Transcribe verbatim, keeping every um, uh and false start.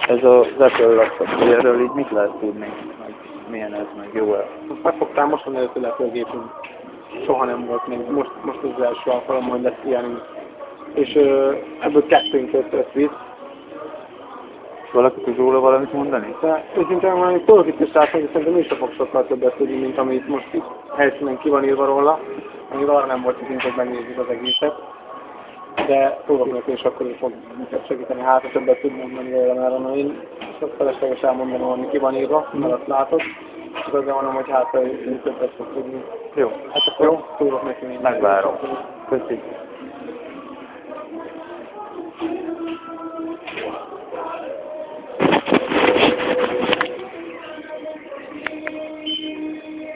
Ez az Apple laptop, hogy erről így mit lehet tudni? Meg milyen ez, meg jó-e? Most megfogtál most van előtt lepőgépünk. Soha nem volt még. Most, most az első alkalom, hogy lesz ilyenünk. És ö, ebből kettőnk öt visz. És valaki tud róla valamit mondani? De őszintén valami pozitív szállítani, szerintem ő sem fog sokkal többet tudni, mint amit most itt helyszínen ki van írva róla. Amíg arra nem volt izint, hogy megnézzük az egészet. De tudok neki, és akkor is fog minket segíteni, hát ha többet tud mondani róla, mert én sok felesleges elmondanom, ami ki van írva, mert azt látod. És azért mondom, hogy hát ő többet fog tudni. Jó. Hát akkor jó, tudok neki mindent. Megvárom. Köszönjük.